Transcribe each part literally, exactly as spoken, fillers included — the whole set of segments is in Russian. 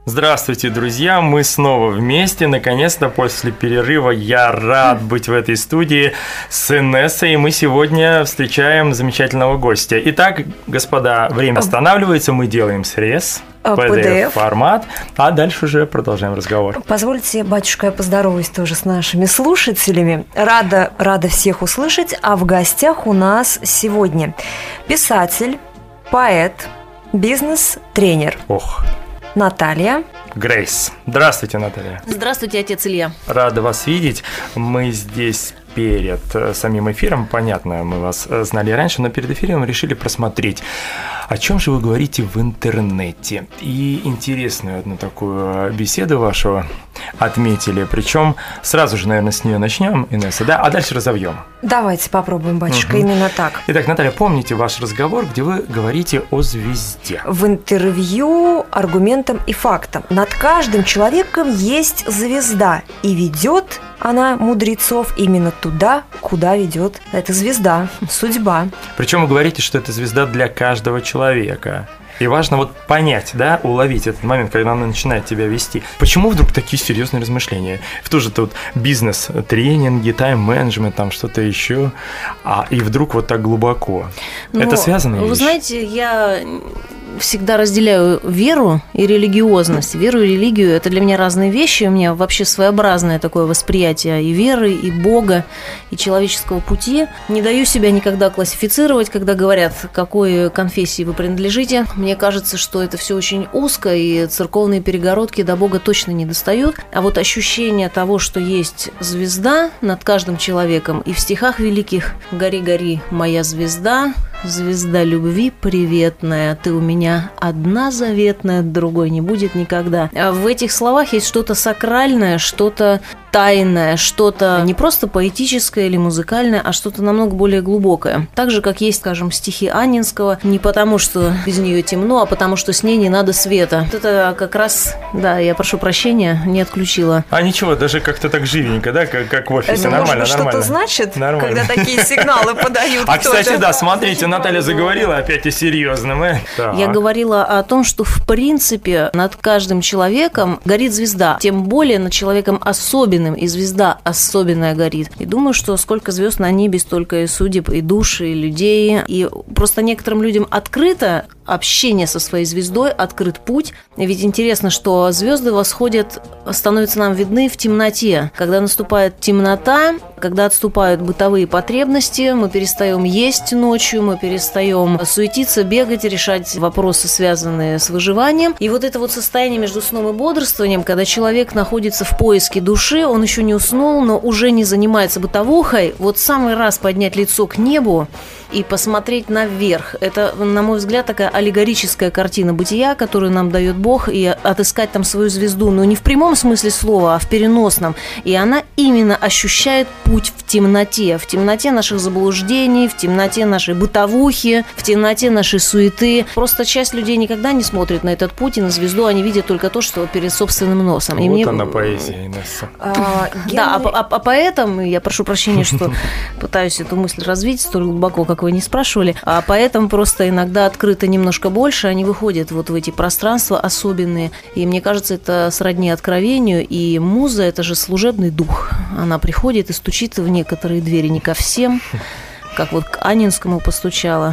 Здравствуйте, друзья! Мы снова вместе. Наконец-то после перерыва я рад быть в этой студии с Инессой. И мы сегодня встречаем замечательного гостя. Итак, господа, время останавливается. Мы делаем срез. пи ди эф-формат, а дальше уже продолжаем разговор. Позвольте, батюшка, я поздороваюсь тоже с нашими слушателями. Рада, рада всех услышать. А в гостях у нас сегодня писатель, поэт, бизнес-тренер. Ох. Наталья. Грейс. Здравствуйте, Наталья. Здравствуйте, отец Илья. Рада вас видеть. Мы здесь перед самим эфиром, понятно, мы вас знали раньше, но перед эфиром решили просмотреть, о чем же вы говорите в интернете. И интересную одну такую беседу вашу отметили, причем сразу же, наверное, с нее начнем, Инесса, да, а дальше разовьем. Давайте попробуем, батюшка, угу. Именно так. Итак, Наталья, помните ваш разговор, где вы говорите о звезде? В интервью аргументом и фактом. Над каждым человеком есть звезда, и ведет она мудрецов именно туда, куда ведет эта звезда, судьба. Причем вы говорите, что это звезда для каждого человека. И важно вот понять, да, уловить этот момент, когда она начинает тебя вести. Почему вдруг такие серьезные размышления? В ту же тут бизнес, тренинги, тайм-менеджмент, там что-то еще, а и вдруг вот так глубоко. Но, это связано? Вы знаете, я всегда разделяю веру и религиозность. Веру и религию – это для меня разные вещи. У меня вообще своеобразное такое восприятие и веры, и Бога, и человеческого пути. Не даю себя никогда классифицировать, когда говорят, к какой конфессии вы принадлежите. Мне кажется, что это все очень узко, и церковные перегородки до Бога точно не достают. А вот ощущение того, что есть звезда над каждым человеком, и в стихах великих «Гори, гори, моя звезда, звезда любви приветная, ты у меня одна заветная, другой не будет никогда». А в этих словах есть что-то сакральное, что-то тайное, что-то не просто поэтическое или музыкальное, а что-то намного более глубокое. Так же, как есть, скажем, стихи Анненского, не потому, что без нее темно, а потому, что с ней не надо света. Вот это как раз, да, я прошу прощения, не отключила. А ничего, даже как-то так живенько, да, как, как в офисе. Это, нормально, может быть, нормально. Что-то значит, нормально. Когда такие сигналы подают. А, кстати, да, смотрите, Наталья заговорила опять о серьезном. Я говорила о том, что, в принципе, над каждым человеком горит звезда, тем более над человеком особенным, и звезда особенная горит. И думаю, что сколько звезд на небе, столько и судеб, и душ, и людей. И просто некоторым людям открыто общение со своей звездой, открыт путь. Ведь интересно, что звезды восходят, становятся нам видны в темноте. Когда наступает темнота, когда отступают бытовые потребности, мы перестаем есть ночью, мы перестаем суетиться, бегать, решать вопросы, связанные с выживанием. И вот это вот состояние между сном и бодрствованием, когда человек находится в поиске души, он еще не уснул, но уже не занимается бытовухой, вот самый раз поднять лицо к небу и посмотреть наверх. Это, на мой взгляд, такая аллегорическая картина бытия, которую нам дает Бог, и отыскать там свою звезду, но не в прямом смысле слова, а в переносном. И она именно ощущает путь в темноте, в темноте наших заблуждений, в темноте нашей бытовухи, в темноте нашей суеты. Просто часть людей никогда не смотрит на этот путь и на звезду, они видят только то, что перед собственным носом. Вот и мне... она поэзия, Инесса. А, да, а, а, а поэтому, я прошу прощения, что пытаюсь эту мысль развить столь глубоко, как вы не спрашивали, а поэтому просто иногда открыто немножко больше, они выходят вот в эти пространства особенные, и мне кажется, это сродни откровению, и муза – это же служебный дух, она приходит и стучит в некоторые двери, не ко всем, как вот к Анненскому постучала.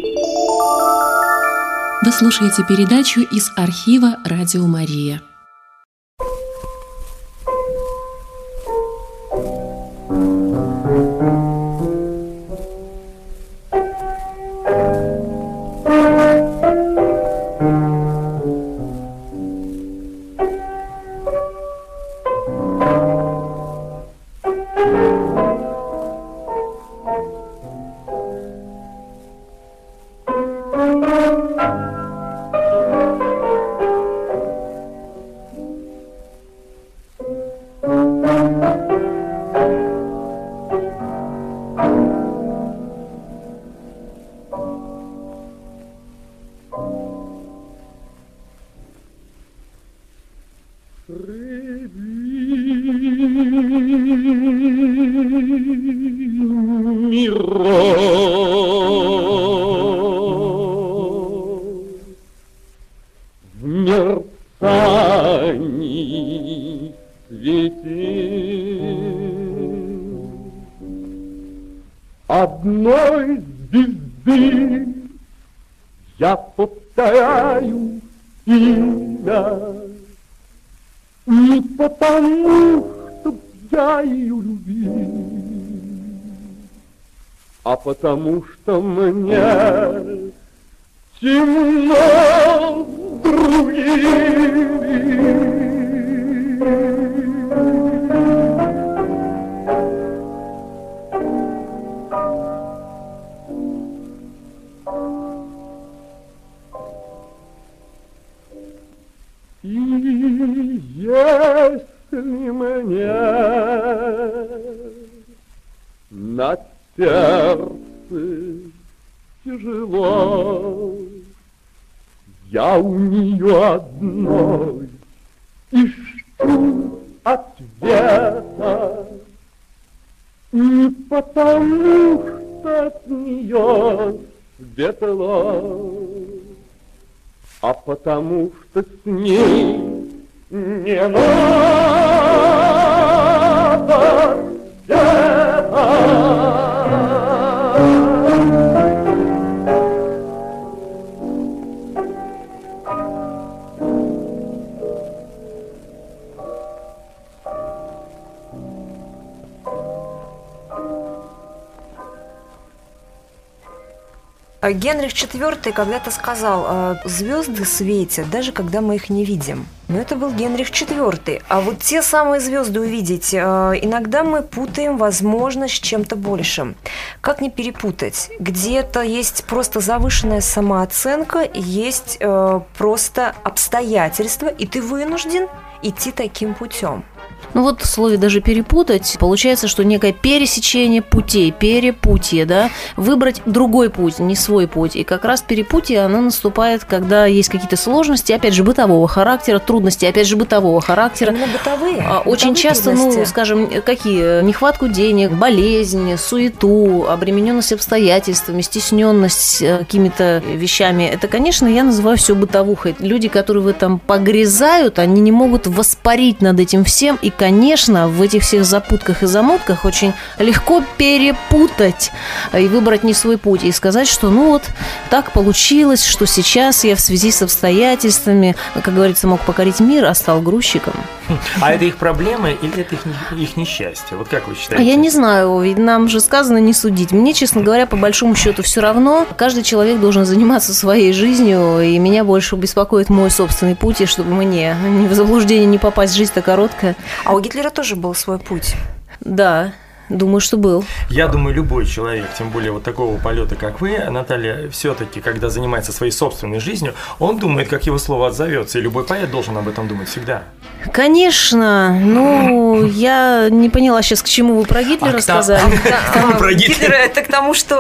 Вы слушаете передачу из архива «Радио Мария». Мерцает Одной звезды я повторяю имя, не потому, чтоб я ее любил, а потому что мне темно с другими. И если мне на сердце тяжело, я у нее одной ищу ответа, не потому что от нее светло, а потому что с ней не надо где-то. Генрих четвёртый когда-то сказал: звезды светят, даже когда мы их не видим. Но это был Генрих четвёртый. А вот те самые звезды увидеть, иногда мы путаем, возможно, с чем-то большим. Как не перепутать? Где-то есть просто завышенная самооценка, есть э, просто обстоятельства, и ты вынужден идти таким путем. Ну вот в слове даже перепутать, получается, что некое пересечение путей, перепутье, да, выбрать другой путь, не свой путь. И как раз перепутье, оно наступает, когда есть какие-то сложности, опять же, бытового характера, трудности, опять же, бытового характера. Именно бытовые. Очень бытовые часто, трудности. ну, скажем, какие? Нехватку денег, болезнь, суету, обремененность обстоятельствами, стесненность какими-то вещами. Это, конечно, я называю все бытовухой. Люди, которые в этом погрязают, они не могут воспарить над этим всем. И, конечно, в этих всех запутках и замутках очень легко перепутать и выбрать не свой путь. И сказать, что ну вот так получилось, что сейчас я в связи с обстоятельствами, как говорится, мог покорить мир, а стал грузчиком. А это их проблемы или это их, их несчастье? Вот как вы считаете? Я не знаю, ведь нам же сказано не судить. Мне, честно говоря, по большому счету все равно. Каждый человек должен заниматься своей жизнью, и меня больше беспокоит мой собственный путь, и чтобы мне не в заблуждение не попасть, жизнь-то короткая. А у Гитлера тоже был свой путь. Да. Думаю, что был. Я думаю, любой человек, тем более вот такого полета, как вы, Наталья, все-таки, когда занимается своей собственной жизнью, он думает, как его слово отзовется, и любой поэт должен об этом думать всегда. Конечно. Ну, я не поняла сейчас, к чему вы про Гитлера а сказали. Про Гитлера это к тому, что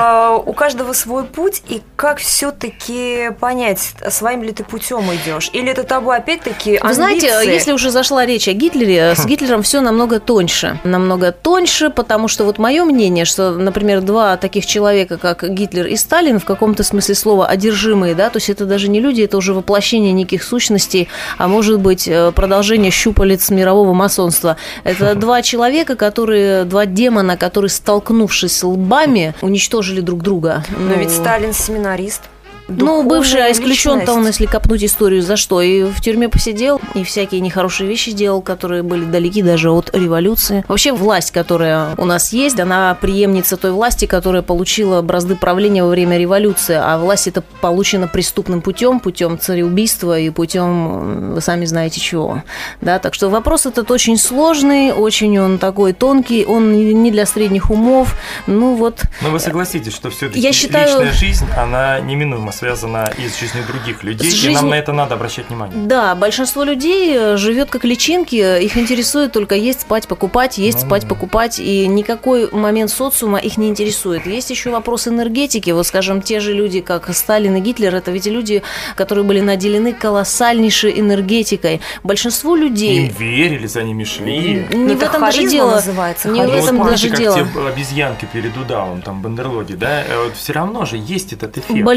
у каждого свой путь, и как все-таки понять, своим ли ты путем идешь, или это тобой опять-таки амбиции. Вы знаете, если уже зашла речь о Гитлере, с Гитлером все намного тоньше, намного тоньше. Потому что вот мое мнение, что, например, два таких человека, как Гитлер и Сталин, в каком-то смысле слова одержимые, да, то есть это даже не люди, это уже воплощение неких сущностей, а может быть продолжение щупалец мирового масонства. Это два человека, которые, два демона, которые, столкнувшись лбами, уничтожили друг друга. Но ведь Сталин семинарист. Ну, бывший, а исключен-то он, личность. если копнуть историю, за что? И в тюрьме посидел, и всякие нехорошие вещи делал, которые были далеки даже от революции. Вообще, власть, которая у нас есть, она преемница той власти, которая получила бразды правления во время революции, а власть это получена преступным путем, путем цареубийства и путем, вы сами знаете чего. Да, так что вопрос этот очень сложный, очень он такой тонкий, он не для средних умов. Ну вот. Но вы согласитесь, что все-таки Я считаю... личная жизнь, она неминуемо связана и с жизнью других людей, жизнью... и нам на это надо обращать внимание. Да, большинство людей живет как личинки, их интересует только есть, спать, покупать, есть, ну, спать, да. покупать, и никакой момент социума их не интересует. Есть еще вопрос энергетики, вот, скажем, те же люди, как Сталин и Гитлер, это ведь люди, которые были наделены колоссальнейшей энергетикой. Большинство людей... Им верили, за ними шли. Не это в этом даже дело. Называется, не в этом вот даже как дело. Те обезьянки перед удавом, там, Бандерлоги, да, вот все равно же есть этот эффект. Большинство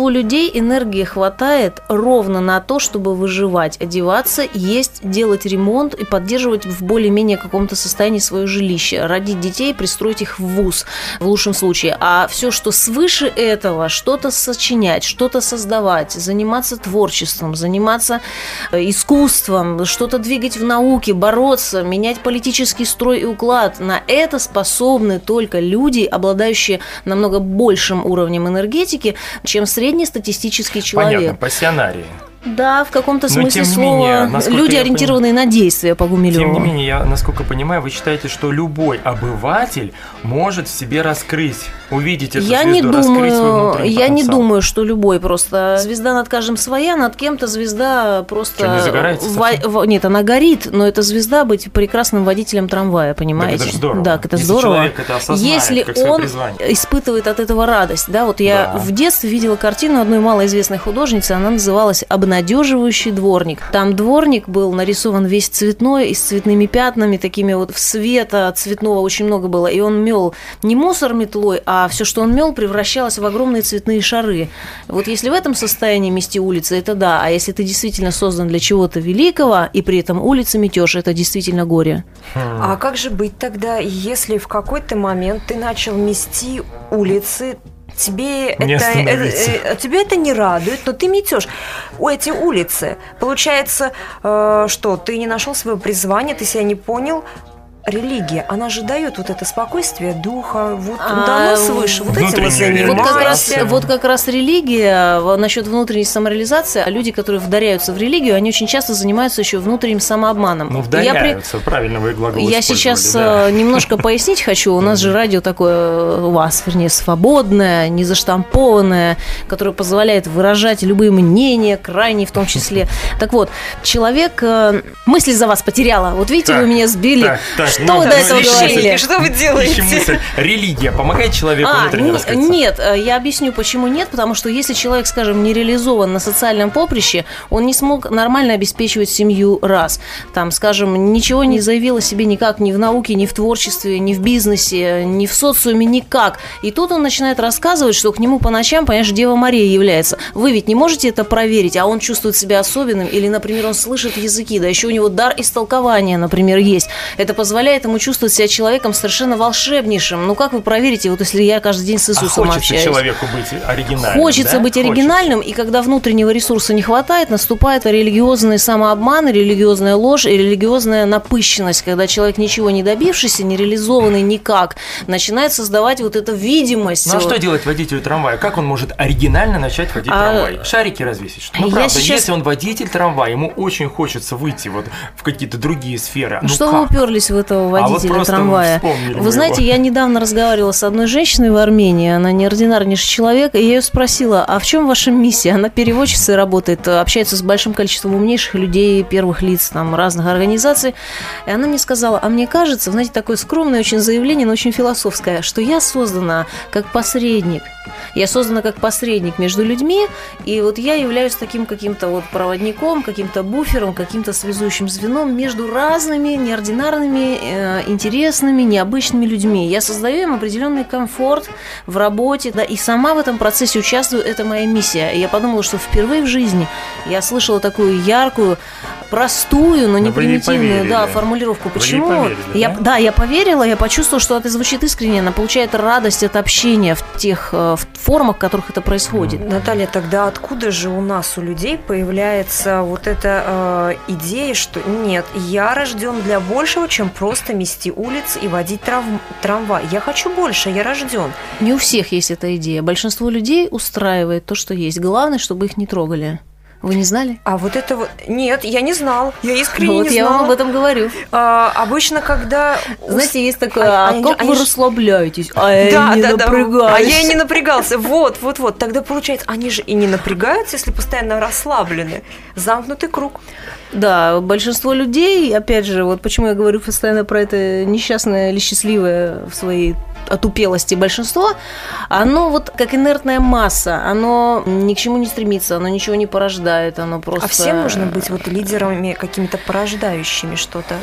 у людей энергии хватает ровно на то, чтобы выживать, одеваться, есть, делать ремонт и поддерживать в более-менее каком-то состоянии свое жилище, родить детей, пристроить их в вуз в лучшем случае. А все, что свыше этого, что-то сочинять, что-то создавать, заниматься творчеством, заниматься искусством, что-то двигать в науке, бороться, менять политический строй и уклад, на это способны только люди, обладающие намного большим уровнем энергетики, чем среднестатистический человек. Понятно, пассионарии. Да, в каком-то Но, смысле тем не слова, менее, люди, я ориентированные поним... на действия по Гумилеву. Тем не менее, я, насколько понимаю, вы считаете, что любой обыватель может в себе раскрыть, увидеть эту я звезду, не раскрыть думаю, свой внутренний Я не потенциал. думаю, что любой просто. Звезда над каждым своя, над кем-то звезда просто... Что, не загорается в... в... Нет, она горит, но эта звезда быть прекрасным водителем трамвая, понимаете? Так это же здорово. Да, это Если здорово. человек это осознает, Если как свое он призвание. испытывает от этого радость. Да, вот я Да. в детстве видела картину одной малоизвестной художницы, она называлась «Обнадеживающий дворник». Там дворник был нарисован весь цветной и с цветными пятнами, такими вот в света цветного очень много было, и он мел не мусор метлой, а все, что он мел, превращалось в огромные цветные шары. Вот если в этом состоянии мести улицы, это да, а если ты действительно создан для чего-то великого, и при этом улицы метешь, это действительно горе. А как же быть тогда, если в какой-то момент ты начал мести улицы, тебе Не это, остановиться. э, э, тебе это не радует, но ты метешь у эти улицы. Получается, э, что ты не нашел своего призвания, ты себя не понял. Религия, она же дает вот это спокойствие духа, вот А, дано свыше, вот этим вот внутреннюю Вот как, раз, реализацию. вот как раз религия, насчет внутренней самореализации, а люди, которые вдаряются в религию, они очень часто занимаются еще внутренним самообманом. Ну, Я при- вдаряются, правильно вы глагол Я использовали, сейчас да. э, немножко пояснить хочу. У нас же радио такое, у вас, вернее, свободное, незаштампованное, которое позволяет выражать любые мнения, крайние в том числе. Так вот, человек э, мысли за вас потеряла. Вот видите, Так, вы меня сбили. так, так, Что ну, вы ну, до этого ищем говорили? мысль. Что вы Ищем делаете? мысль. Религия помогает человеку А, внутренне не- раскрыться? нет, э, я объясню, почему нет, потому что если человек, скажем, не реализован на социальном поприще, он не смог нормально обеспечивать семью раз. Там, скажем, ничего не заявил о себе никак ни в науке, ни в творчестве, ни в бизнесе, ни в социуме, никак. И тут он начинает рассказывать, что к нему по ночам, понимаешь, Дева Мария является. Вы ведь не можете это проверить, а он чувствует себя особенным, или, например, он слышит языки, да еще у него дар истолкования, например, есть. Это позволяет ему чувствовать себя человеком совершенно волшебнейшим. Ну как вы проверите, вот если я каждый день с А Иисусом хочется общаюсь? человеку быть оригинальным, Хочется да? быть Хочется. оригинальным, и когда внутреннего ресурса не хватает, наступает религиозный самообман, религиозная ложь и религиозная напыщенность, когда человек, ничего не добившийся, не реализованный никак, начинает создавать вот эту видимость. Ну а что делать водителю трамвая? Как он может оригинально начать водить А, трамвай? Шарики развесить? Ну я правда, сейчас- если он водитель трамвая, ему очень хочется выйти вот в какие-то другие сферы. Ну Что как? вы уперлись в этого А вот водителя просто трамвая? вспомнили мы Вы знаете, его. я недавно разговаривала с одной женщиной в Армении, она неординарнейший человек, и я ее спросила, а в чем ваша миссия? Она переводчицей работает, общается с большим количеством умнейших людей, первых лиц там, разных организаций, и она мне сказала, а мне кажется, знаете, такое скромное очень заявление, но очень философское, что я создана как посредник. Я создана как посредник между людьми, и вот я являюсь таким каким-то вот проводником, каким-то буфером, каким-то связующим звеном между разными, неординарными, э, интересными, необычными людьми. Я создаю им определенный комфорт в работе, да, и сама в этом процессе участвую, это моя миссия. И я подумала, что впервые в жизни я слышала такую яркую, простую, но не Но вы ей примитивную, поверили. да, формулировку. Вы ей Почему? поверили, я, да? да, я поверила, я почувствовала, что это звучит искренне, она получает радость от общения в тех э, в формах, в которых это происходит. Наталья, тогда откуда же у нас, у людей, появляется вот эта э, идея, что нет, я рожден для большего, чем просто мести улицы и водить трав- трамвай. Я хочу больше, я рожден. Не у всех есть эта идея. Большинство людей устраивает то, что есть. Главное, чтобы их не трогали. Вы не знали? А вот это вот... Нет, я не знал. Я искренне Вот не я знала. вам об этом говорю. А, обычно, когда... Знаете, есть такое, А- а, они- как они вы ж- расслабляетесь? А я Да, не да, да. напрягаюсь. А я и не напрягался. Вот, вот, вот. Тогда получается, они же и не напрягаются, если постоянно расслаблены. Замкнутый круг. Да, большинство людей, опять же, вот почему я говорю постоянно про это несчастное или счастливое в своей отупелости большинство, оно вот как инертная масса, оно ни к чему не стремится, оно ничего не порождает, оно просто... А всем нужно быть вот лидерами, какими-то порождающими что-то.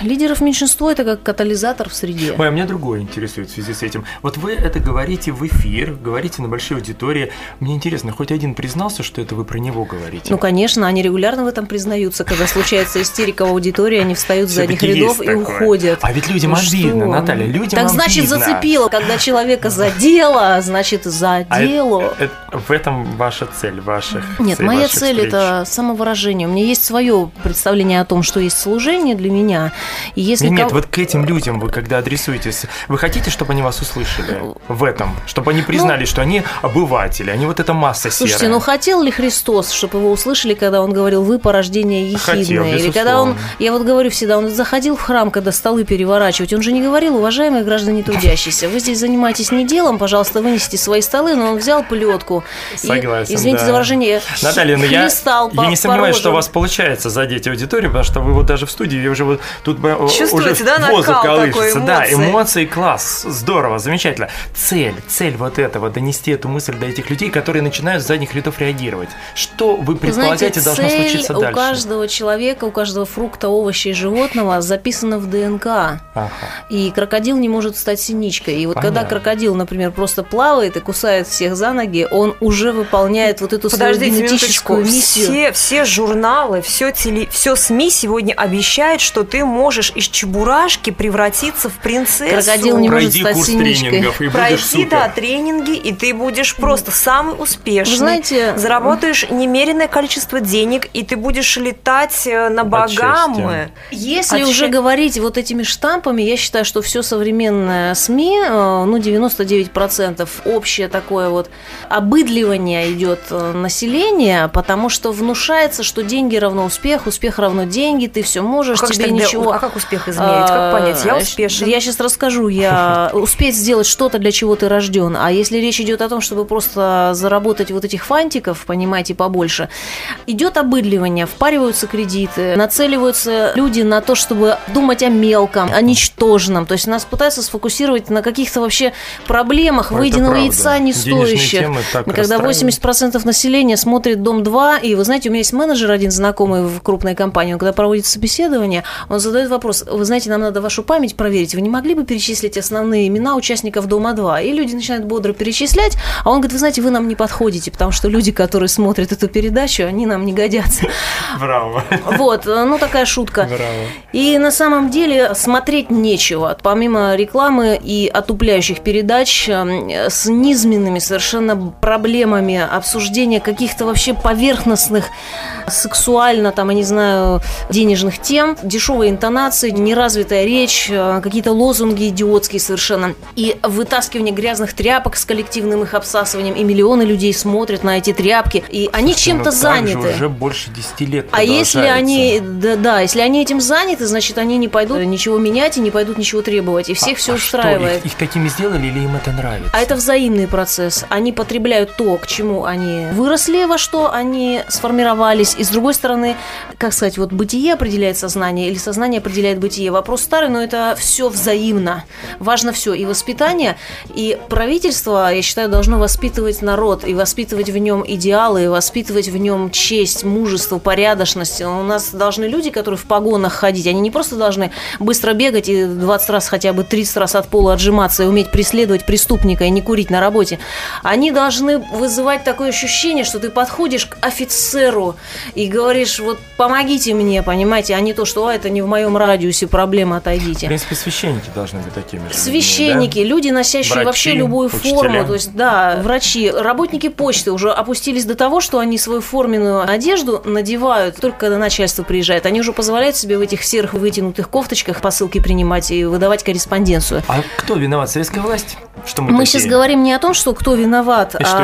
Лидеров меньшинство – это как катализатор в среде. Ой, а меня другое интересует в связи с этим. Вот вы это говорите в эфир, говорите на большой аудитории. Мне интересно, хоть один признался, что это вы про него говорите? Ну, конечно, они регулярно в этом признаются. Когда случается истерика в аудитории, они встают с задних рядов и уходят. А ведь людям ну, обидно, что? Наталья, людям Так обидно. значит, зацепило. Когда человека задело, значит, задело. А это, это, в этом ваша цель, ваших Нет, цель, моя ваших цель – встреч. это самовыражение. У меня есть свое представление о том, что есть служение для меня. И если Нет, нет, кого... вот к этим людям вы когда адресуетесь, вы хотите, чтобы они вас услышали в этом? Чтобы они признали, ну, что они обыватели, они вот эта масса серая? Слушайте, ну хотел ли Христос, чтобы его услышали, когда он говорил «вы порождение ехидное»? Хотел, Или когда он, безусловно. я вот говорю всегда, он заходил в храм, когда столы переворачивать, он же не говорил: уважаемые граждане трудящиеся, вы здесь занимаетесь не делом, пожалуйста, вынесите свои столы, но он взял плетку. Согласен, и, извините да. за выражение, Наталья, ну я, хлестал по я не сомневаюсь, по что у вас получается задеть аудиторию, потому что вы вот даже в студии, я уже вот тут Чувствуете, уже да, воздух накал такой, колышется. Да, эмоции. эмоции, класс, здорово, замечательно. Цель, цель вот этого, донести эту мысль до этих людей, которые начинают с задних рядов реагировать. Что вы предполагаете, знаете, должно цель случиться у дальше? каждого человека, у каждого фрукта, овоща и животного записана в ДНК. Ага. И крокодил не может стать синичкой. И вот Понятно. когда крокодил, например, просто плавает и кусает всех за ноги, он уже выполняет вот эту свою Подождите генетическую минуточку. миссию. Все, все журналы, все, теле, все СМИ сегодня обещают, что ты можешь из чебурашки превратиться в принцессу. Крокодил не может Пройди стать курс синичкой. тренингов и будешь Пройди, супер. да, тренинги, и ты будешь просто самый успешный. Вы знаете, заработаешь немеренное количество денег, и ты будешь летать э, на Багамы. Если От уже ща- говорить вот этими штампами, я считаю, что все современное СМИ, э, ну, девяносто девять процентов общее такое вот обыдливание идет э, населения, потому что внушается, что деньги равно успех, успех равно деньги, ты все можешь, Как же тебе тогда- ничего. а как успех измерить? Как понять? Я А, успешен. Я сейчас расскажу. Я успеть сделать что-то, для чего ты рожден. А если речь идет о том, чтобы просто заработать вот этих фантиков, понимаете, побольше, идет обыдливание, впариваются кредиты, нацеливаются люди на то, чтобы думать о мелком, о ничтожном. То есть нас пытаются сфокусировать на каких-то вообще проблемах, Это выеденного правда. яйца не Денежные стоящих. темы так Когда расстраивают. восемьдесят процентов населения смотрит «Дом-два», и вы знаете, у меня есть менеджер один знакомый в крупной компании, он когда проводит собеседование, он задает вопрос: вы знаете, нам надо вашу память проверить, вы не могли бы перечислить основные имена участников «Дома-два»? И люди начинают бодро перечислять, а он говорит: вы знаете, вы нам не подходите, потому что люди, которые смотрят эту передачу, они нам не годятся. Браво. Вот, ну такая шутка. Браво. И на самом деле смотреть нечего. Помимо рекламы и отупляющих передач э, с низменными совершенно проблемами обсуждения каких-то вообще поверхностных, сексуально, там, я не знаю, денежных тем, дешевые интонации, неразвитая речь, э, какие-то лозунги идиотские совершенно, и вытаскивание грязных тряпок с коллективным их обсасыванием, и миллионы людей смотрят на эти тряпки, и они Слушайте, чем-то ну так же заняты. уже больше десяти лет А если продолжается. они, да, да, если они этим заняты, значит, они не пойдут ничего менять и не пойдут ничего требовать, и всех А- все а устраивает. Что, их, их такими сделали или им это нравится? А это взаимный процесс. Они потребляют то, к чему они выросли, во что они сформировались. И с другой стороны, как сказать, вот бытие определяет сознание или сознание определяет бытие. Вопрос старый, но это все взаимно. Важно все. И воспитание, и правительство, я считаю, должно воспитывать народ, и воспитывать в нем идеалы, и воспитывать в нем честь, мужество, порядочность. У нас должны люди, которые в погонах ходить, они не просто должны быстро бегать и двадцать раз, хотя бы тридцать раз от пола отжиматься и уметь преследовать преступника и не курить на работе. Они должны вызывать такое ощущение, что ты подходишь к офицеру и говоришь: вот помогите мне, понимаете, а не то, что а, это не в моем радиусе, проблема, В отойдите. принципе, священники должны быть такими же. Священники, людьми, люди, носящие Врачи, вообще любую учителя. форму, то есть, да, врачи, работники почты уже опустились до того, что они свою форменную одежду надевают только когда начальство приезжает. Они уже позволяют себе в этих серых вытянутых кофточках посылки принимать и выдавать корреспонденцию. Да? А кто виноват? Советская власть? Что мы Мы такие? сейчас говорим не о том, что кто виноват, И что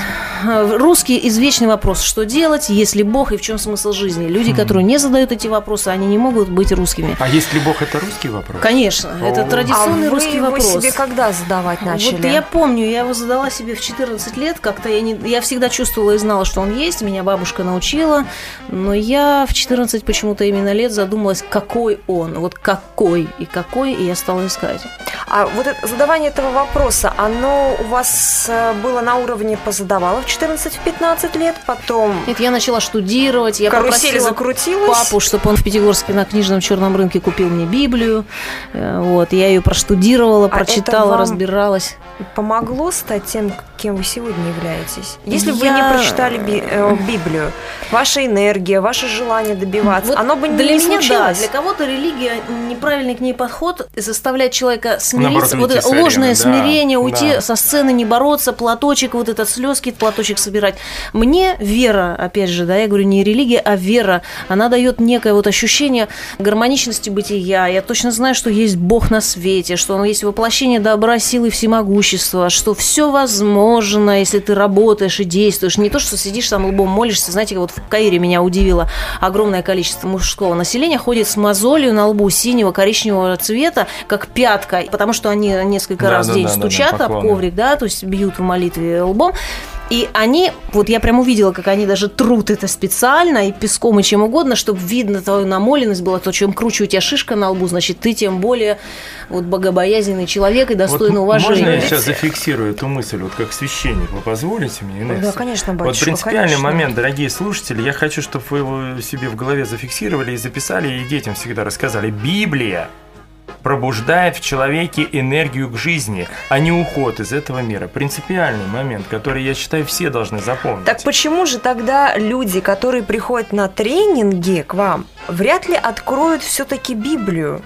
а русский извечный вопрос: что делать, если Бог, и в чем смысл жизни? Люди, которые не задают эти вопросы, они не могут быть русскими. А если Бог — это русский вопрос? Конечно, это О. традиционный а вы русский его вопрос. себе когда задавать начали? Вот я помню, я его задала себе в четырнадцать лет, как-то я, не, я всегда чувствовала и знала, что он есть, меня бабушка научила, но я в четырнадцать почему-то именно лет задумалась, какой он, вот какой и какой, и я стала искать. А вот это, задавание этого вопроса, оно у вас э, было на уровне позадавала в четырнадцать-пятнадцать лет, потом... Нет, я начала штудировать, я карусель попросила закрутилась. папу, чтобы он в Пятигорске на книжном черном рынке купил мне Библию. Э, Вот, я ее проштудировала, А прочитала, это вам разбиралась. помогло стать тем, кем вы сегодня являетесь? Если бы вы Я- не прочитали би- э, Библию, ваша энергия, ваше желание добиваться, Вот оно бы не, для не меня, да, случилось. для кого-то религия, неправильный к ней подход, заставляет человека Наоборот, смириться, вот уйти это с арены, ложное да, смирение, уйти да. со сцены, не бороться, платочек, вот этот слезки, платочек собирать. Мне вера, опять же, да, я говорю, не религия, а вера, она дает некое вот ощущение гармоничности бытия. Я точно знаю, что есть Бог на свете, что Он есть воплощение добра, силы, всемогущества, что все возможно, если ты работаешь и действуешь. Не то, что сидишь там лбом молишься. Знаете, вот в Каире меня удивило огромное количество мужского населения ходит с мозолью на лбу синего коричневого цвета, как пятка, потому что они несколько Да, раз да, в день да, да, стучат да, об поклоны. коврик, да, то есть бьют в молитве лбом. И они, вот я прям увидела, как они даже трут это специально, и песком, и чем угодно, чтобы видно твою намоленность была. То, чем круче у тебя шишка на лбу, значит, ты тем более вот богобоязненный человек и достойный Вот уважения. можно я сейчас зафиксирую эту мысль, вот как священник, вы позволите мне, Инесса? Да, конечно, Вот батюшка, принципиальный конечно. момент, дорогие слушатели, я хочу, чтобы вы его себе в голове зафиксировали и записали, и детям всегда рассказали. Библия пробуждает в человеке энергию к жизни, а не уход из этого мира. Принципиальный момент, который, я считаю, все должны запомнить. Так почему же тогда люди, которые приходят на тренинги к вам, вряд ли откроют все-таки Библию?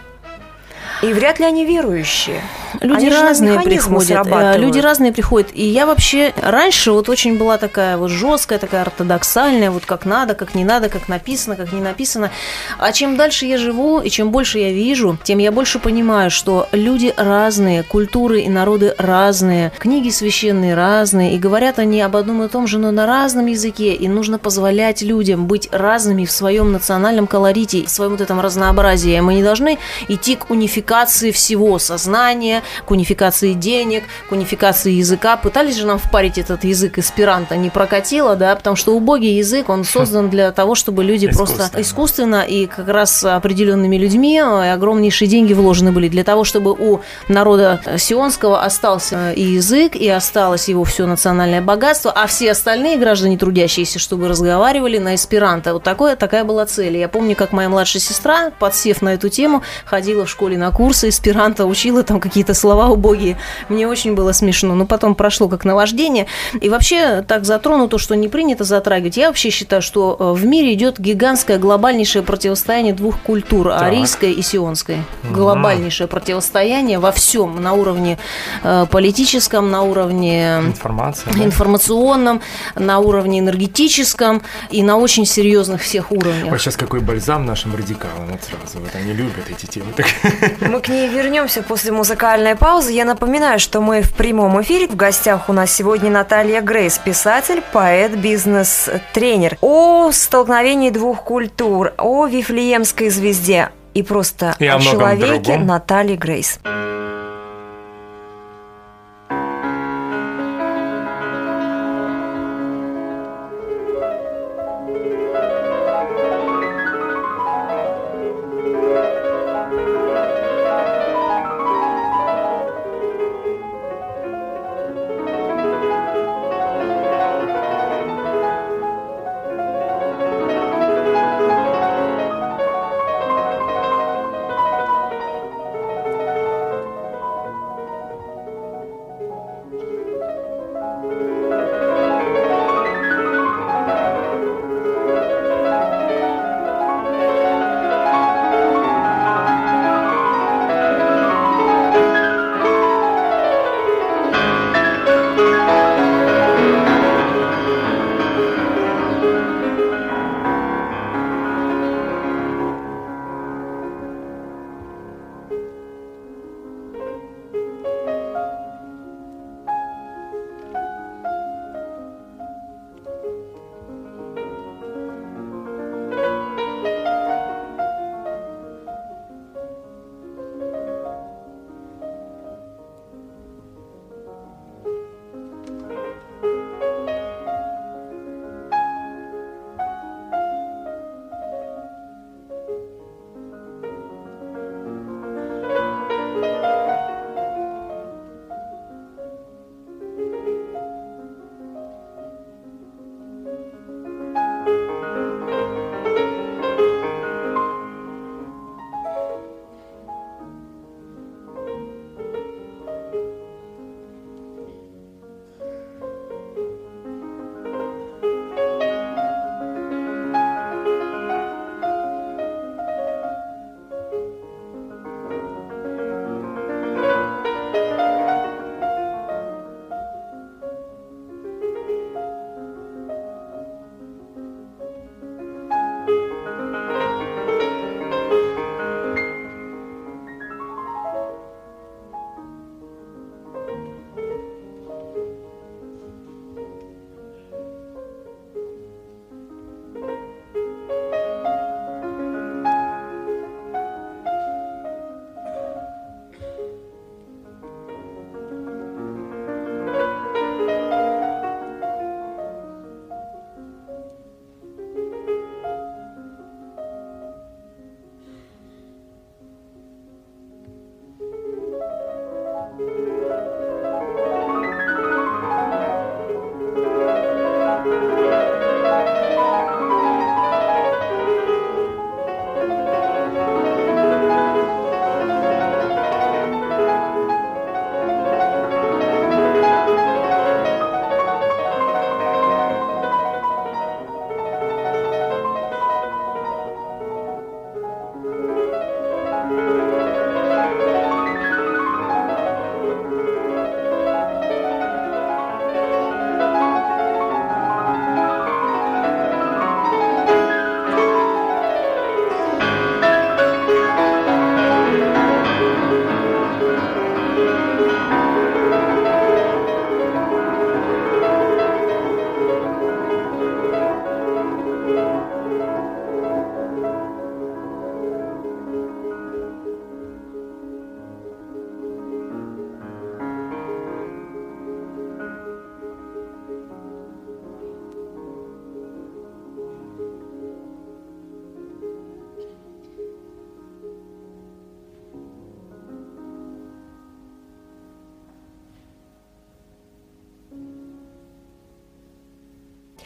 И вряд ли они верующие. Люди Они же на разные механизмы приходят. срабатывают. э, Люди разные приходят. И я вообще раньше вот очень была такая вот жесткая, такая ортодоксальная, вот как надо, как не надо, как написано, как не написано. А чем дальше я живу и чем больше я вижу, тем я больше понимаю, что люди разные, культуры и народы разные, книги священные разные, и говорят они об одном и том же, но на разном языке. И нужно позволять людям быть разными в своем национальном колорите, в своем вот этом разнообразии. Мы не должны идти к унификации всего сознания, к унификации денег, к унификации языка. Пытались же нам впарить этот язык эсперанто, не прокатило, да, потому что убогий язык, он создан для того, чтобы люди Искусственно. просто искусственно и как раз определенными людьми огромнейшие деньги вложены были для того, чтобы у народа сионского остался и язык, и осталось его все национальное богатство, а все остальные граждане трудящиеся, чтобы разговаривали на эсперанто. Вот такое, такая была цель. Я помню, как моя младшая сестра, подсев на эту тему, ходила в школе на курсы эсперанто, учила там какие-то слова убогие. Мне очень было смешно, но потом прошло как наваждение. И вообще так затрону то, что не принято затрагивать. Я вообще считаю, что в мире идет гигантское глобальнейшее противостояние двух культур, Так. арийской и сионской. Мгм. Глобальнейшее противостояние во всем, на уровне э, политическом, на уровне Информация. да? информационном, на уровне энергетическом и на очень серьезных всех уровнях. Вот сейчас какой бальзам нашим радикалам, вот сразу, вот они любят эти темы. Так. Мы к ней вернемся после музыкальной паузы. Я напоминаю, что мы в прямом эфире. В гостях у нас сегодня Наталья Грейс, писатель, поэт, бизнес-тренер. О столкновении двух культур, о Вифлеемской звезде и просто И о о многом человеке другом. Натальи Грейс.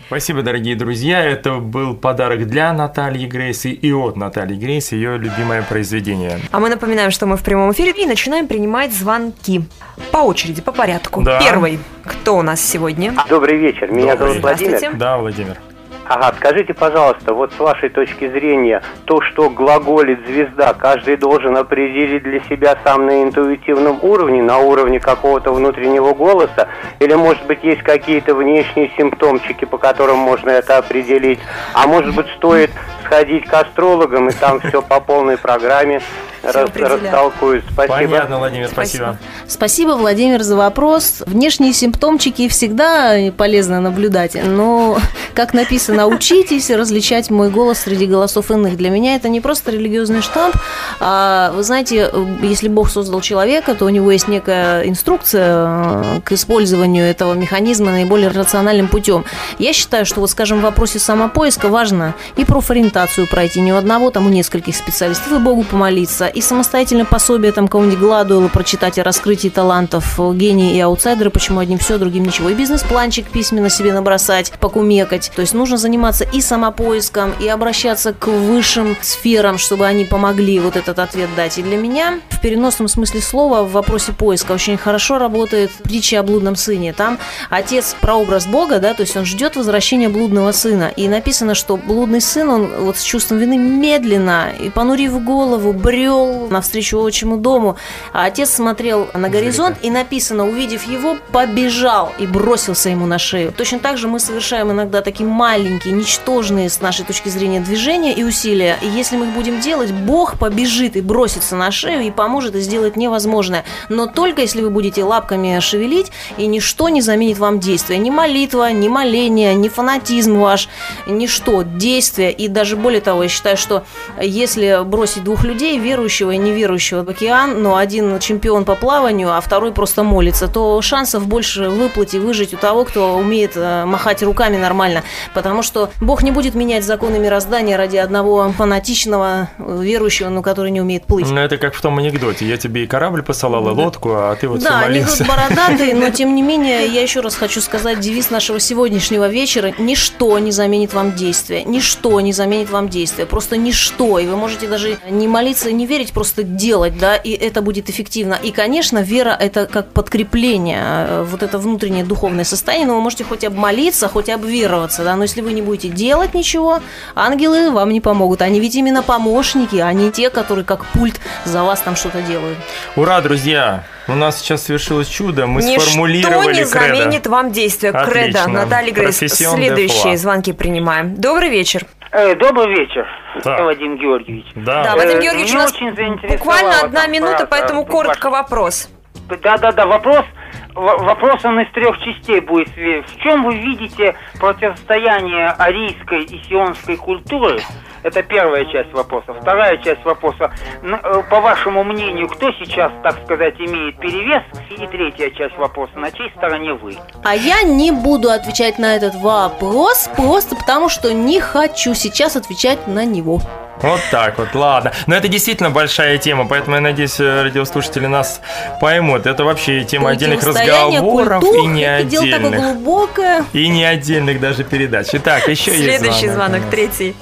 Спасибо, дорогие друзья. Это был подарок для Натальи Грейс и от Натальи Грейс, ее любимое произведение. А мы напоминаем, что мы в прямом эфире и начинаем принимать звонки. По очереди, по порядку. Да. Первый. Кто у нас сегодня? Добрый вечер, меня Добрый. зовут Владимир. Здравствуйте. Да, Владимир. Ага, скажите, пожалуйста, вот с вашей точки зрения, то, что глаголит звезда, каждый должен определить для себя сам на интуитивном уровне, на уровне какого-то внутреннего голоса, или, может быть, есть какие-то внешние симптомчики, по которым можно это определить, а может быть, стоит сходить к астрологам, и там все по полной программе рас, растолкуют. Спасибо. Понятно, Владимир, спасибо. Спасибо, Владимир, за вопрос. Внешние симптомчики всегда полезно наблюдать, но, как написано, учитесь различать мой голос среди голосов иных. Для меня это не просто религиозный штамп, а, вы знаете, если Бог создал человека, то у него есть некая инструкция к использованию этого механизма наиболее рациональным путем. Я считаю, что, вот, скажем, в вопросе самопоиска важно и профориентацию пройти не у одного, там у нескольких специалистов, и Богу помолиться, и самостоятельно пособие там кого-нибудь Гладуэлла прочитать о раскрытии талантов, гении и аутсайдеры, почему одним все, другим ничего, и бизнес-планчик письменно себе набросать, покумекать. То есть нужно заниматься и самопоиском, и обращаться к высшим сферам, чтобы они помогли вот этот ответ дать. И для меня в переносном смысле слова в вопросе поиска очень хорошо работает притча о блудном сыне. Там отец прообраз Бога, да, то есть он ждет возвращения блудного сына. И написано, что блудный сын, он вот с чувством вины медленно и понурив голову брел навстречу отчему дому, а отец смотрел на горизонт, и написано, увидев его, побежал и бросился ему на шею. Точно так же мы совершаем иногда такие маленькие, ничтожные с нашей точки зрения движения и усилия, и если мы их будем делать, Бог побежит и бросится на шею и поможет и сделает невозможное. Но только если вы будете лапками шевелить, и ничто не заменит вам действия. Ни молитва, ни моление, ни фанатизм ваш, ничто, действие. И даже более того, я считаю, что если бросить двух людей, верующего и неверующего, в океан, но один чемпион по плаванию, а второй просто молится, то шансов больше выплыть и выжить у того, кто умеет махать руками нормально. Потому что Бог не будет менять законы мироздания ради одного фанатичного верующего, но который не умеет плыть. Ну, это как в том анекдоте. Я тебе и корабль посылал, и лодку, а ты вот да, все молился. Да, анекдот бородатый, но тем не менее, я еще раз хочу сказать девиз нашего сегодняшнего вечера. Ничто не заменит вам действия. Ничто не заменит вам действия. Просто ничто. И вы можете даже не молиться, не верить, просто делать, да, и это будет эффективно. И, конечно, вера – это как подкрепление, вот это внутреннее духовное состояние, но вы можете хоть обмолиться, хоть обвероваться, да, но если вы не будете делать ничего, ангелы вам не помогут. Они ведь именно помощники, а не те, которые как пульт за вас там что-то делают. Ура, друзья! У нас сейчас совершилось чудо, мы Ничто сформулировали не кредо. заменит вам действие. Отлично. Кредо. Наталья Грейс, Профессион де следующие фуа. звонки принимаем. Добрый вечер. Э, добрый вечер, Да. Вадим Георгиевич. Да. Да, Вадим Э, Георгиевич, у меня нас очень заинтересовала буквально одна там минута, фраза поэтому коротко ваша. вопрос. Да-да-да, вопрос, в- вопрос он из трех частей будет. В чем вы видите противостояние арийской и сионской культуры? Это первая часть вопроса. Вторая часть вопроса. Н- э, По вашему мнению, кто сейчас, так сказать, имеет перевес? И третья часть вопроса. На чьей стороне вы? А я не буду отвечать на этот вопрос, просто потому что не хочу сейчас отвечать на него. Вот так вот, ладно. Но это действительно большая тема, поэтому я надеюсь, радиослушатели нас поймут. Это вообще тема отдельных Противостояние разговоров культур, и не это дело такое отдельных. глубокое. И не отдельных даже передач. Итак, еще есть Следующий звонок. звонок, третий.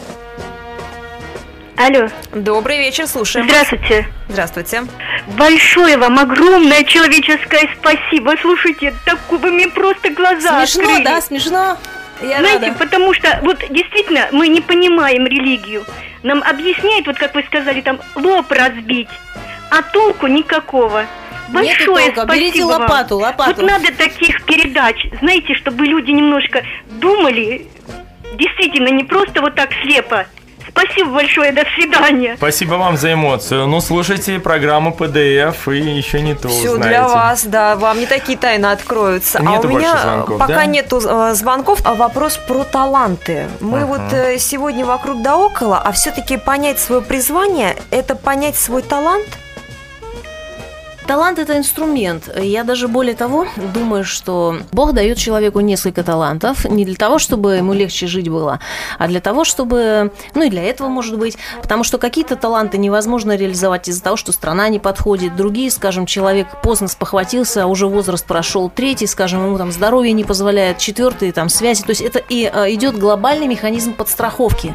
Алло, Добрый вечер, слушаем. здравствуйте. Здравствуйте. Большое вам огромное человеческое спасибо. Слушайте, так вы мне просто глаза Смешно, открыли. да, смешно. Я Знаете, рада. потому что вот действительно мы не понимаем религию. Нам объясняют, вот как вы сказали, там лоб разбить, а толку никакого. Нету Большое толка. спасибо Берите вам. лопату, лопату. Вот надо таких передач, знаете, чтобы люди немножко думали, действительно, не просто вот так слепо. Спасибо большое, до свидания. Спасибо вам за эмоцию. Ну, слушайте программу пэ дэ эф и еще не то Все узнаете. для вас, да, вам не такие тайны откроются. Нету а у больше меня звонков, пока да? нету э, звонков, а вопрос про таланты. Мы Ага. вот э, сегодня вокруг да около, а все-таки понять свое призвание – это понять свой талант? Талант – это инструмент. Я даже более того думаю, что Бог дает человеку несколько талантов не для того, чтобы ему легче жить было, а для того, чтобы, ну и для этого, может быть, потому что какие-то таланты невозможно реализовать из-за того, что страна не подходит, другие, скажем, человек поздно спохватился, а уже возраст прошел, третий, скажем, ему там здоровье не позволяет, четвертый там связи, то есть это и идет глобальный механизм подстраховки.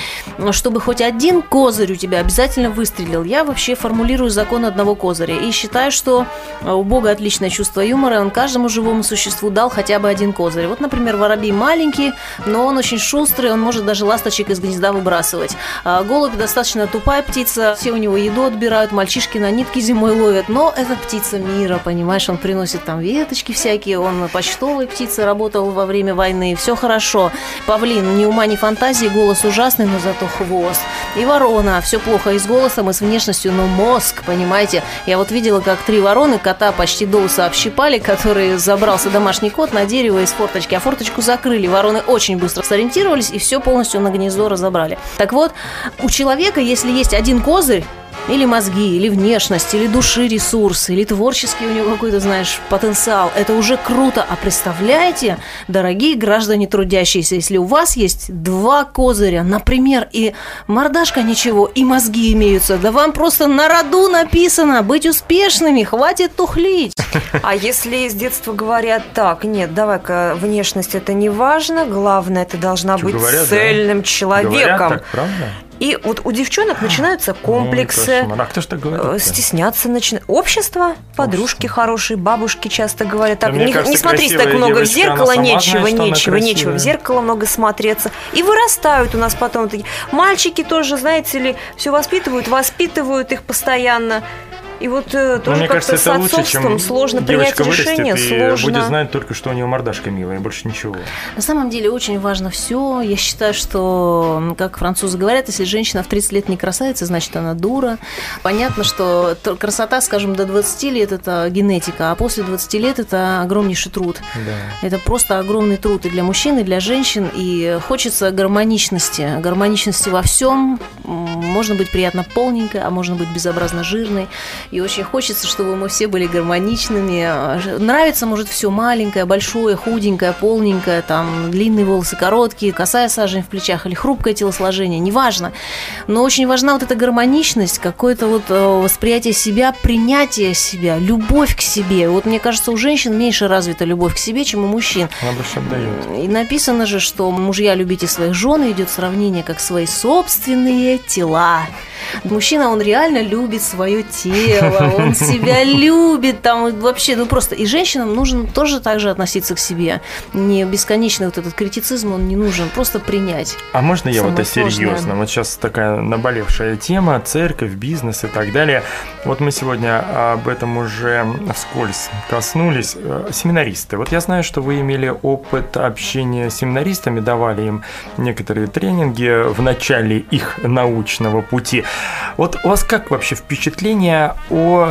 Чтобы хоть один козырь у тебя обязательно выстрелил. Я вообще формулирую закон одного козыря и считаю, что у Бога отличное чувство юмора, он каждому живому существу дал хотя бы один козырь. Вот, например, воробей маленький, но он очень шустрый, он может даже ласточек из гнезда выбрасывать. А голубь достаточно тупая птица, все у него еду отбирают, мальчишки на нитки зимой ловят, но это птица мира, понимаешь, он приносит там веточки всякие, он почтовой птицей работал во время войны, все хорошо. Павлин, ни ума, ни фантазии, голос ужасный, но зато хвост. И ворона, все плохо и с голосом, и с внешностью, но мозг, понимаете. Я вот видела, как три вороны кота почти до уса общипали, который забрался домашний кот на дерево из форточки, а форточку закрыли. Вороны очень быстро сориентировались и все полностью на гнездо разобрали. Так вот, у человека, если есть один козырь, или мозги, или внешность, или души ресурс, или творческий у него какой-то, знаешь, потенциал. Это уже круто. А представляете, дорогие граждане трудящиеся, если у вас есть два козыря, например, и мордашка ничего, и мозги имеются, да вам просто на роду написано быть успешными, хватит тухлить. А если с детства говорят так, нет, давай-ка внешность это не важно, главное, ты должна Что быть говорят, цельным да? человеком. Говорят так, правда? И вот у девчонок начинаются комплексы, ну, а кто ж так говорит? стесняться начинают. Общество, подружки хорошие, бабушки часто говорят так, да, не, кажется, не смотрись так много в зеркало, нечего, знает, нечего, нечего, в зеркало много смотреться. И вырастают у нас потом такие. Мальчики тоже, знаете ли, все воспитывают, воспитывают их постоянно. И вот э, тоже мне как-то кажется, с это лучше, отцовством чем сложно принять решение, и сложно. будет знать только, что у нее мордашка милая, и больше ничего. На самом деле очень важно все. Я считаю, что, как французы говорят, если женщина в тридцать лет не красавица, значит, она дура. Понятно, что красота, скажем, до двадцати лет – это генетика, а после двадцати лет – это огромнейший труд. Да. Это просто огромный труд и для мужчин, и для женщин. И хочется гармоничности. Гармоничности во всем. Можно быть приятно полненькой, а можно быть безобразно жирной. И очень хочется, чтобы мы все были гармоничными. Нравится, может, все маленькое, большое, худенькое, полненькое, там, длинные волосы, короткие, косая сажень в плечах или хрупкое телосложение, неважно. Но очень важна вот эта гармоничность, какое-то вот восприятие себя, принятие себя, любовь к себе. Вот мне кажется, у женщин меньше развита любовь к себе, чем у мужчин. Она больше отдает. И написано же, что мужья, любите своих жен, и идет сравнение как свои собственные тела. Мужчина, он реально любит свое тело, он себя любит, там вообще, ну просто. И женщинам нужно тоже так же относиться к себе. Не бесконечный вот этот критицизм, он не нужен, просто принять. А можно я вот о сложное. серьезном? Вот сейчас такая наболевшая тема, церковь, бизнес и так далее. Вот мы сегодня об этом уже вскользь коснулись. Семинаристы. Вот я знаю, что вы имели опыт общения с семинаристами, давали им некоторые тренинги в начале их научного пути. Вот у вас как вообще впечатление о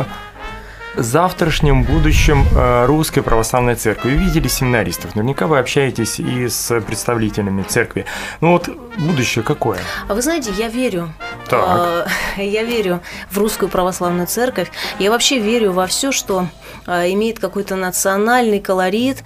завтрашнем будущем Русской Православной Церкви? Вы видели семинаристов, наверняка вы общаетесь и с представителями церкви. Ну вот будущее какое? А вы знаете, я верю. Так. Я верю в Русскую Православную Церковь. Я вообще верю во все, что имеет какой-то национальный колорит,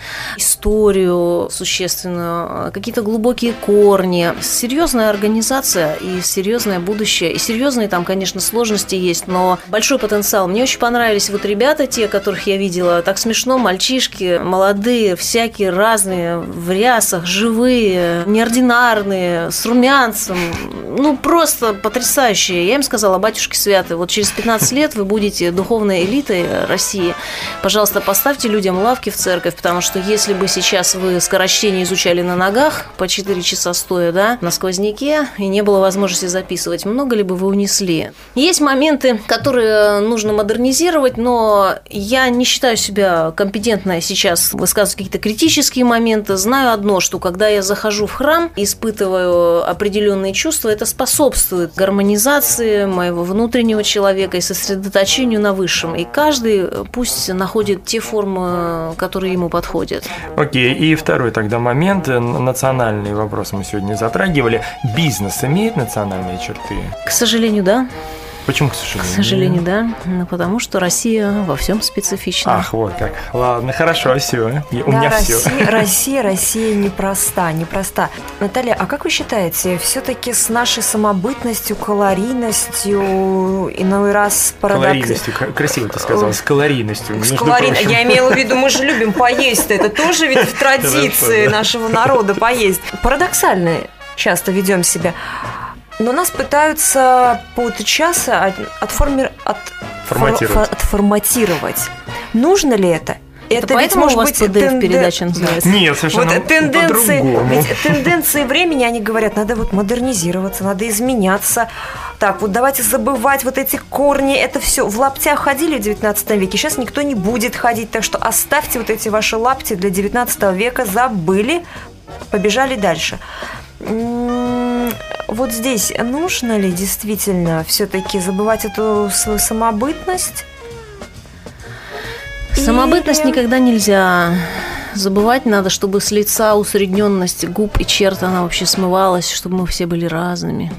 историю существенную, какие-то глубокие корни. Серьезная организация и серьезное будущее. И серьезные там, конечно, сложности есть, но большой потенциал. Мне очень понравились вот ребята, те, которых я видела. Так смешно, мальчишки, молодые, всякие разные, в рясах, живые, неординарные, с румянцем. Ну, просто потрясающие. Я им сказала, батюшки святые, вот через пятнадцать лет вы будете духовной элитой России. Пожалуйста, поставьте людям лавки в церковь, потому что если бы сейчас вы скорочтение изучали на ногах по четыре часа стоя, да, на сквозняке, и не было возможности записывать, много ли бы вы унесли? Есть моменты, которые нужно модернизировать, но я не считаю себя компетентной сейчас высказывать какие-то критические моменты. Знаю одно, что когда я захожу в храм, испытываю определенные чувства, это способствует гармонизации моего внутреннего человека и сосредоточению на высшем. И каждый пусть находит те формы, которые ему подходят. Окей, и второй тогда момент, национальный вопрос мы сегодня затрагивали. Бизнес имеет национальные черты? К сожалению, да. Почему, к сожалению? К сожалению, да. Ну, потому что Россия во всем специфична. Ах, вот как. Ладно, хорошо, все. У да, меня Россия, все. Россия, Россия непроста, непроста. Наталья, а как вы считаете, все-таки с нашей самобытностью, калорийностью, иной раз парадокс... Калорийностью, красиво ты сказала, с калорийностью. С калорий... Я имела в виду, мы же любим поесть, это тоже ведь в традиции нашего народа поесть. Парадоксально часто ведем себя. Но нас пытаются подчас отформи... от... Форматировать. отформатировать. Нужно ли это? Это, это ведь может быть тенден... передача называется. Нет, совершенно вот тенденции, по-другому. Ведь тенденции времени, они говорят, надо вот модернизироваться, надо изменяться. Так, вот давайте забывать вот эти корни. Это все в лаптях ходили в девятнадцатом веке. Сейчас никто не будет ходить. Так что оставьте вот эти ваши лапти для девятнадцатого века. Забыли, побежали дальше. Вот здесь нужно ли действительно все-таки забывать эту свою самобытность? Самобытность Или... никогда нельзя забывать. Надо, чтобы с лица усредненность губ и черт она вообще смывалась, чтобы мы все были разными.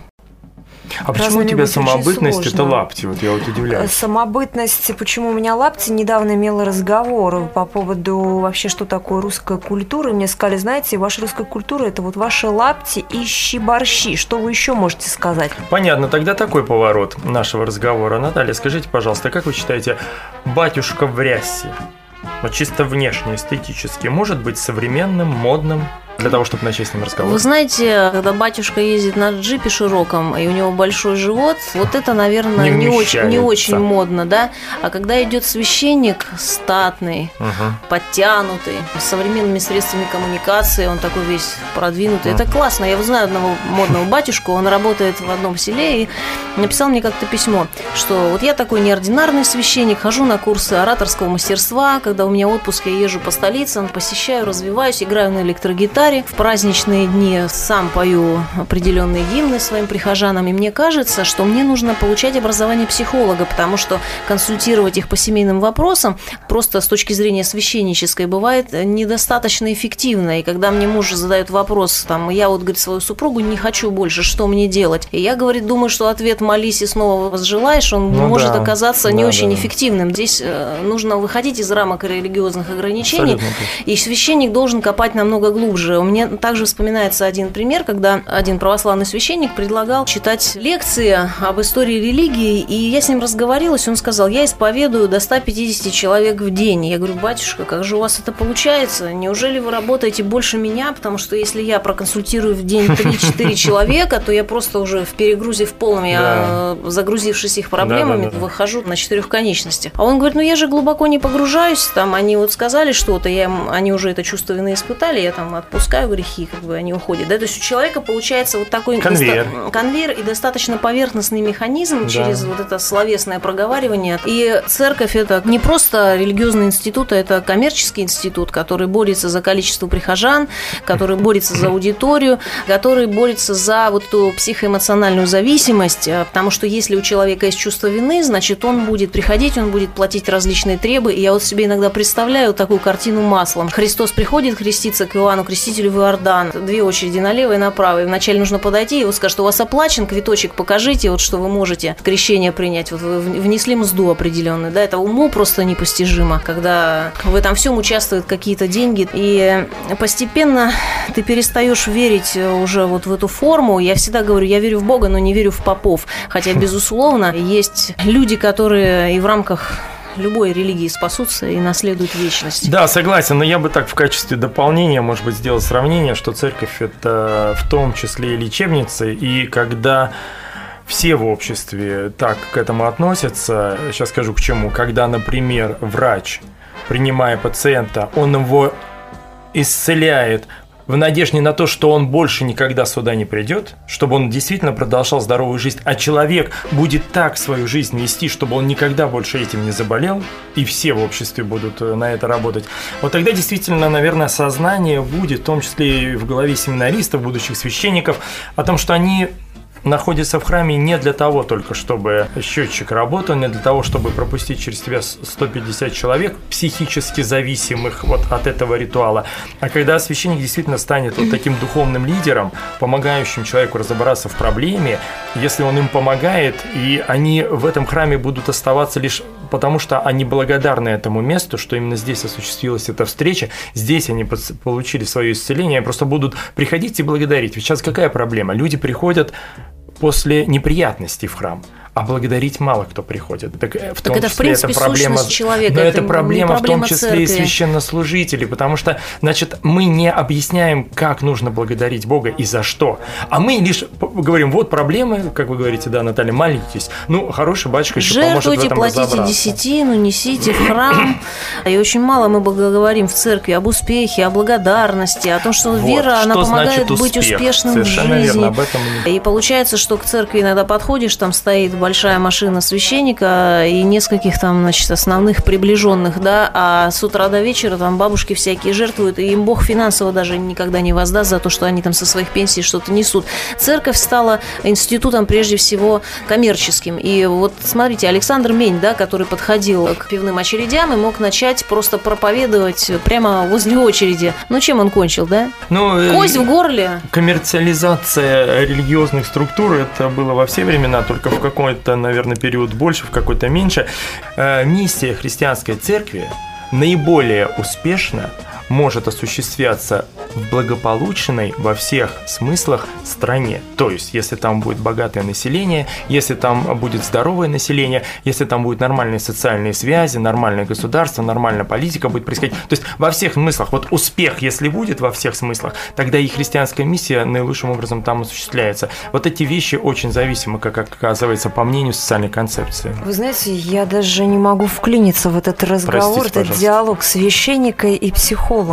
А почему у тебя самобытность – это лапти? Вот я вот удивляюсь. Самобытность, почему у меня лапти? Недавно имела разговор по поводу вообще, что такое русская культура. Мне сказали, знаете, ваша русская культура – это вот ваши лапти и щи-борщи. Что вы еще можете сказать? Понятно, тогда такой поворот нашего разговора. Наталья, скажите, пожалуйста, как вы считаете, батюшка в рясе, вот чисто внешне, эстетически, может быть современным, модным? Для того, чтобы начать с ним разговор. Вы знаете, когда батюшка ездит на джипе широком, и у него большой живот, вот это, наверное, не, не, очень, не очень модно, да? А когда идет священник статный, угу. подтянутый, с современными средствами коммуникации, он такой весь продвинутый, угу. это классно. Я знаю одного модного батюшку, он работает в одном селе, и написал мне как-то письмо, что вот я такой неординарный священник, хожу на курсы ораторского мастерства, когда у меня отпуск, я езжу по столицам, посещаю, развиваюсь, играю на электрогитаре, в праздничные дни сам пою определенные гимны своим прихожанам, и мне кажется, что мне нужно получать образование психолога, потому что консультировать их по семейным вопросам просто с точки зрения священнической бывает недостаточно эффективно, и когда мне муж задает вопрос, там, я вот, говорит, свою супругу не хочу больше, что мне делать? И я, говорит, думаю, что ответ «молись и снова возжелаешь», он ну может да, оказаться не да, очень да. эффективным. Здесь нужно выходить из рамок религиозных ограничений, абсолютно. И священник должен копать намного глубже. У меня также вспоминается один пример, когда один православный священник предлагал читать лекции об истории религии, и я с ним разговорилась, он сказал, я исповедую до ста пятидесяти человек в день. Я говорю, батюшка, как же у вас это получается? Неужели вы работаете больше меня? Потому что если я проконсультирую в день три-четыре человека, то я просто уже в перегрузе в полном, я, да. загрузившись их проблемами, да, да, да. выхожу на четырех конечностях. А он говорит, ну я же глубоко не погружаюсь, там они вот сказали что-то, я, они уже это чувство вины испытали, я там отпускаю грехи, как бы они уходят. Да? То есть у человека получается вот такой конвейер, доста- конвейер и достаточно поверхностный механизм да. через вот это словесное проговаривание. И церковь – это не просто религиозный институт, а это коммерческий институт, который борется за количество прихожан, который борется за аудиторию, который борется за вот эту психоэмоциональную зависимость, потому что если у человека есть чувство вины, значит, он будет приходить, он будет платить различные требы. И я вот себе иногда представляю такую картину маслом. Христос приходит креститься к Иоанну Крестителю в Иордан, две очереди налево и направо. И вначале нужно подойти и вот сказать, что у вас оплачен, квиточек покажите, вот что вы можете крещение принять. Вот вы внесли мзду определенную, да, это уму просто непостижимо, когда в этом всем участвуют какие-то деньги, и постепенно ты перестаешь верить уже вот в эту форму. Я всегда говорю, я верю в Бога, но не верю в попов. Хотя, безусловно, есть люди, которые и в рамках любой религии спасутся и наследуют вечность. Да, согласен, но я бы так в качестве дополнения, может быть, сделал сравнение, что церковь – это в том числе и лечебница, и когда все в обществе так к этому относятся, сейчас скажу к чему, когда, например, врач, принимая пациента, он его исцеляет в надежде на то, что он больше никогда сюда не придет, чтобы он действительно продолжал здоровую жизнь, а человек будет так свою жизнь вести, чтобы он никогда больше этим не заболел, и все в обществе будут на это работать, вот тогда действительно, наверное, сознание будет, в том числе и в голове семинаристов, будущих священников, о том, что они находится в храме не для того только, чтобы счетчик работал, не для того, чтобы пропустить через тебя сто пятьдесят человек, психически зависимых вот от этого ритуала, а когда священник действительно станет вот таким духовным лидером, помогающим человеку разобраться в проблеме, если он им помогает, и они в этом храме будут оставаться лишь потому, что они благодарны этому месту, что именно здесь осуществилась эта встреча, здесь они получили свое исцеление, просто будут приходить и благодарить. Ведь сейчас какая проблема? Люди приходят после неприятностей в храм, а благодарить мало кто приходит. Так, в том так это, числе, в принципе, это проблема, сущность человека. но это, это проблема, проблема в том числе церкви. И священнослужителей, потому что, значит, мы не объясняем, как нужно благодарить Бога и за что, а мы лишь говорим, вот проблемы, как вы говорите, да, Наталья, молитесь. Ну, хороший батюшка еще поможет в этом разобраться. Жертвуйте, платите десятину, несите в храм. И очень мало мы говорим в церкви об успехе, о благодарности, о том, что вот, вера, что она помогает быть успех? успешным Совершенно в жизни. Верно, об этом мы... И получается, что к церкви иногда подходишь, там стоит большая машина священника и нескольких там, значит, основных приближенных, да, а с утра до вечера там бабушки всякие жертвуют, и им Бог финансово даже никогда не воздаст за то, что они там со своих пенсий что-то несут. Церковь стала институтом прежде всего коммерческим. И вот смотрите, Александр Мень, да, который подходил к пивным очередям и мог начать просто проповедовать прямо возле очереди. Ну, чем он кончил, да? Ну, кость в горле. Коммерциализация религиозных структур, это было во все времена, только в какой-то, наверное, период больше, в какой-то меньше. Миссия христианской церкви наиболее успешно может осуществляться в благополучной во всех смыслах стране. То есть, если там будет богатое население, если там будет здоровое население, если там будут нормальные социальные связи, нормальное государство, нормальная политика будет происходить. То есть, во всех смыслах, вот успех, если будет во всех смыслах, тогда и христианская миссия наилучшим образом там осуществляется. Вот эти вещи очень зависимы, как оказывается, по мнению социальной концепции. Вы знаете, я даже не могу вклиниться в этот разговор, Простите, этот диалог священника и психолога.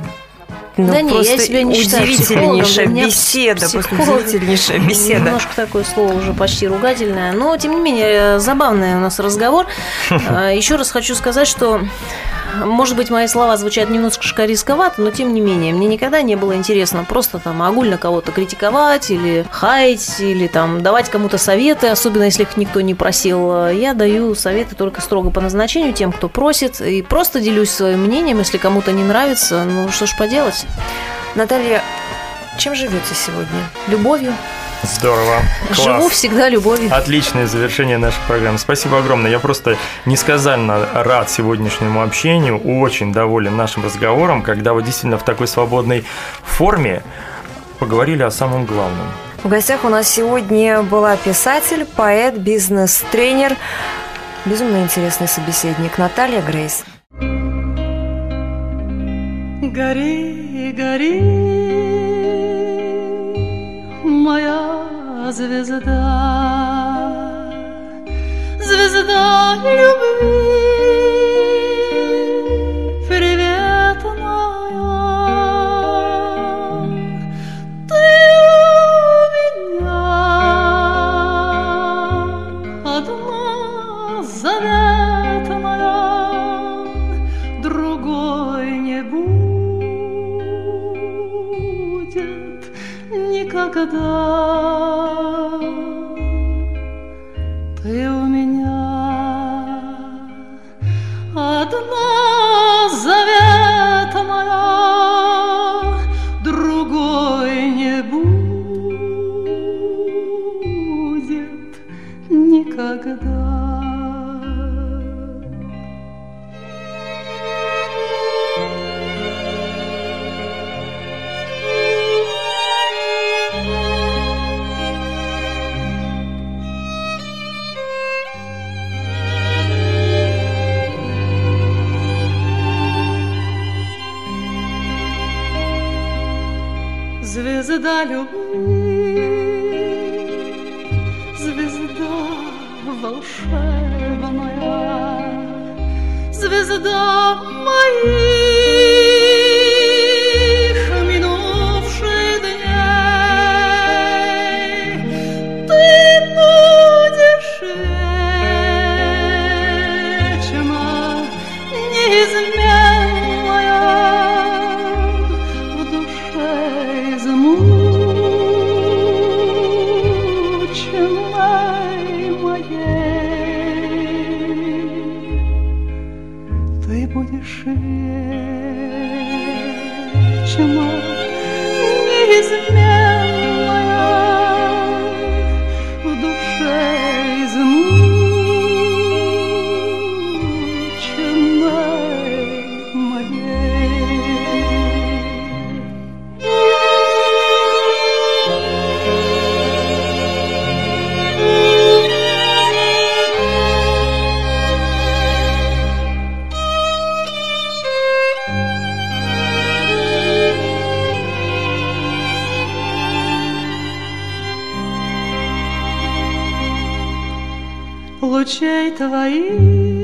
Ну, да не, я себя не считаю удивительнейшая беседа, удивительнейшая беседа. Немножко такое слово уже почти ругательное, но тем не менее забавный у нас разговор. Еще раз хочу сказать, что может быть, мои слова звучат немножко рисковато, но тем не менее, мне никогда не было интересно просто там огульно кого-то критиковать или хаять, или там давать кому-то советы, особенно если их никто не просил. Я даю советы только строго по назначению тем, кто просит, и просто делюсь своим мнением, если кому-то не нравится, ну что ж поделать. Наталья, чем живете сегодня? Любовью. Здорово. Класс. Живу всегда любовью. Отличное завершение нашей программы. Спасибо огромное. Я просто несказанно рад сегодняшнему общению, очень доволен нашим разговором, когда вот действительно в такой свободной форме поговорили о самом главном. В гостях у нас сегодня была писатель, поэт, бизнес-тренер, безумно интересный собеседник Наталья Грейс. Гори, гори, моя звезда, звезда любви, приветная, ты у меня одна заветная, другой не будет никогда. Ты у меня одна заветная, другой не будет никогда. Звезда любви, звезда волшебная, звезда моих минувших дней, ты будешь вечно неизменная в душе измученной. лишь вечна, неизменная в душе измученной моей. Лучей твоих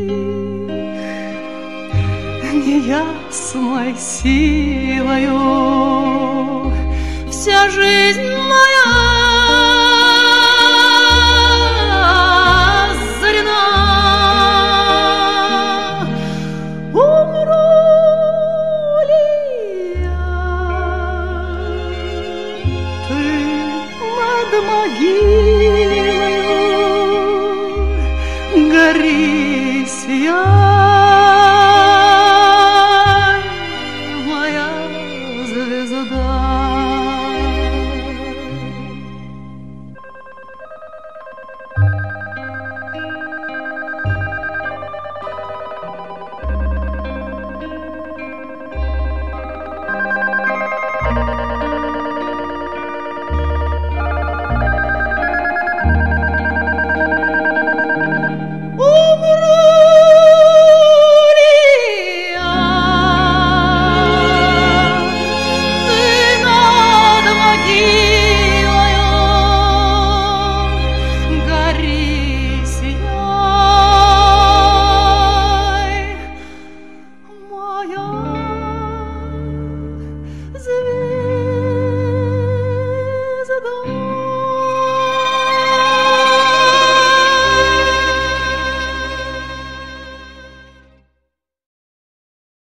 неясной силою вся жизнь моя озарена. Умру ли я, ты над могилою гори, сияй, моя звезда. Моя